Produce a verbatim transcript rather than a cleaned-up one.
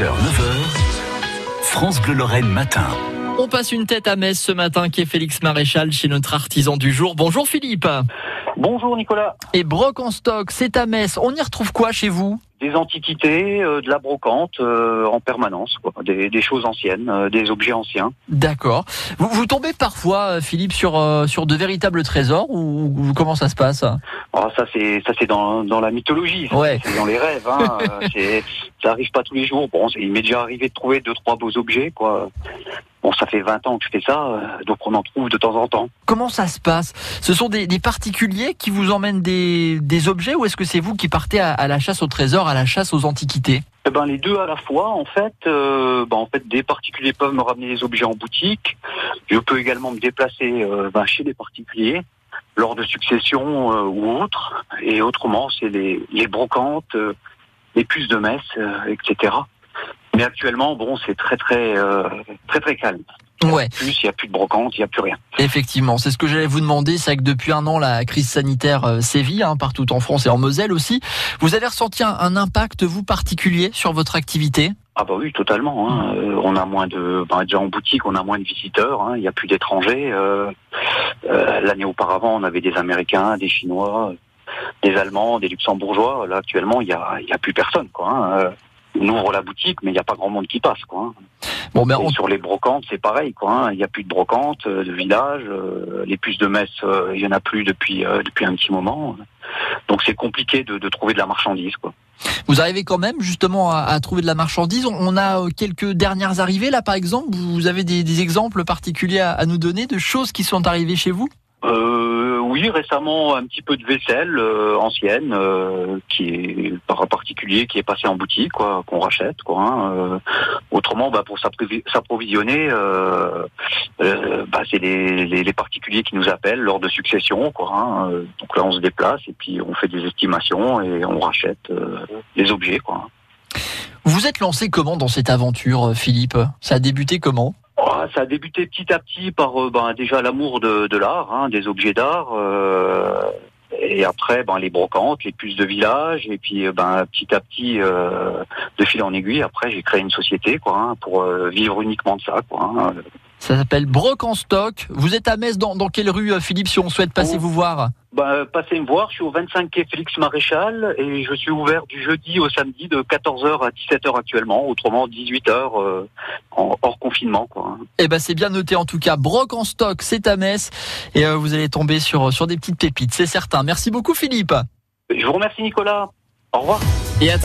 six heures neuf heures, France Bleu Lorraine matin. On passe une tête à Metz ce matin qui est Félix Maréchal chez notre artisan du jour. Bonjour Philippe. Bonjour Nicolas. Et Broc en stock, c'est à Metz. On y retrouve quoi chez vous ? Des antiquités, euh, de la brocante euh, en permanence, quoi. Des, des choses anciennes, euh, des objets anciens. D'accord. Vous, vous tombez parfois, Philippe, sur euh, sur de véritables trésors ou, ou comment ça se passe ? Oh, ça c'est ça c'est dans dans la mythologie, ça, Ouais. C'est dans les rêves. Hein. euh, c'est, ça arrive pas tous les jours. Bon, c'est, il m'est déjà arrivé de trouver deux trois beaux objets, quoi. Bon, ça fait vingt ans que je fais ça, euh, donc on en trouve de temps en temps. Comment ça se passe ? Ce sont des, des particuliers qui vous emmènent des, des objets ou est-ce que c'est vous qui partez à, à la chasse au trésor, à la chasse aux antiquités ? Eh ben les deux à la fois, en fait. Euh, ben, en fait, des particuliers peuvent me ramener des objets en boutique. Je peux également me déplacer euh, ben, chez des particuliers lors de successions euh, ou autres. Et autrement, c'est les, les brocantes, euh, les puces de Metz, euh, et cetera. Mais actuellement, bon, c'est très très euh, très très calme. Ouais. Plus, il n'y a plus de brocante, il n'y a plus rien. Effectivement, c'est ce que j'allais vous demander, c'est que depuis un an, la crise sanitaire euh, sévit hein, partout en France et en Moselle aussi. Vous avez ressenti un, un impact, vous, particulier sur votre activité ? Ah bah oui, totalement. Hein. Euh, on a moins de, ben, déjà en boutique, on a moins de visiteurs. Hein. Il n'y a plus d'étrangers. Euh, euh, l'année auparavant, on avait des Américains, des Chinois, des Allemands, des Luxembourgeois. Là, actuellement, il y a, il y a plus personne, quoi. Hein. Euh, on ouvre la boutique, mais il n'y a pas grand monde qui passe, quoi. Hein. Bon, ben Et on... sur les brocantes, c'est pareil, quoi. Hein. Il n'y a plus de brocantes, euh, de village. Euh, les puces de Metz, euh, il y en a plus depuis euh, depuis un petit moment. Donc c'est compliqué de, de trouver de la marchandise, quoi. Vous arrivez quand même justement à, à trouver de la marchandise. On, on a quelques dernières arrivées là, par exemple. Vous avez des, des exemples particuliers à, à nous donner de choses qui sont arrivées chez vous ? Euh, oui, récemment un petit peu de vaisselle euh, ancienne euh, qui est par un particulier qui est passé en boutique, quoi, qu'on rachète, quoi. Hein. Euh, autrement, bah, pour s'approvi- s'approvisionner, euh, euh, bah, c'est les, les, les particuliers qui nous appellent lors de succession, quoi. Hein. Euh, donc là, on se déplace et puis on fait des estimations et on rachète euh, les objets, quoi. Vous êtes lancé comment dans cette aventure, Philippe ? Ça a débuté comment ? Oh, ça a débuté petit à petit par euh, ben, déjà l'amour de, de l'art, hein, des objets d'art, euh, et après ben, les brocantes, les puces de village, et puis ben, petit à petit, euh, de fil en aiguille, après j'ai créé une société, quoi, hein, pour euh, vivre uniquement de ça, quoi. Hein. Ça s'appelle Broc en stock. Vous êtes à Metz, dans, dans quelle rue, Philippe, si on souhaite passer Oh. vous voir ? Ben, passez me voir, je suis au vingt-cinq quai Félix Maréchal et je suis ouvert du jeudi au samedi de quatorze heures à dix-sept heures actuellement, autrement dix-huit heures euh, en, hors confinement, quoi. Eh ben c'est bien noté en tout cas. Broc en stock, c'est à Metz et euh, vous allez tomber sur sur des petites pépites, c'est certain. Merci beaucoup Philippe. Je vous remercie Nicolas. Au revoir. Et à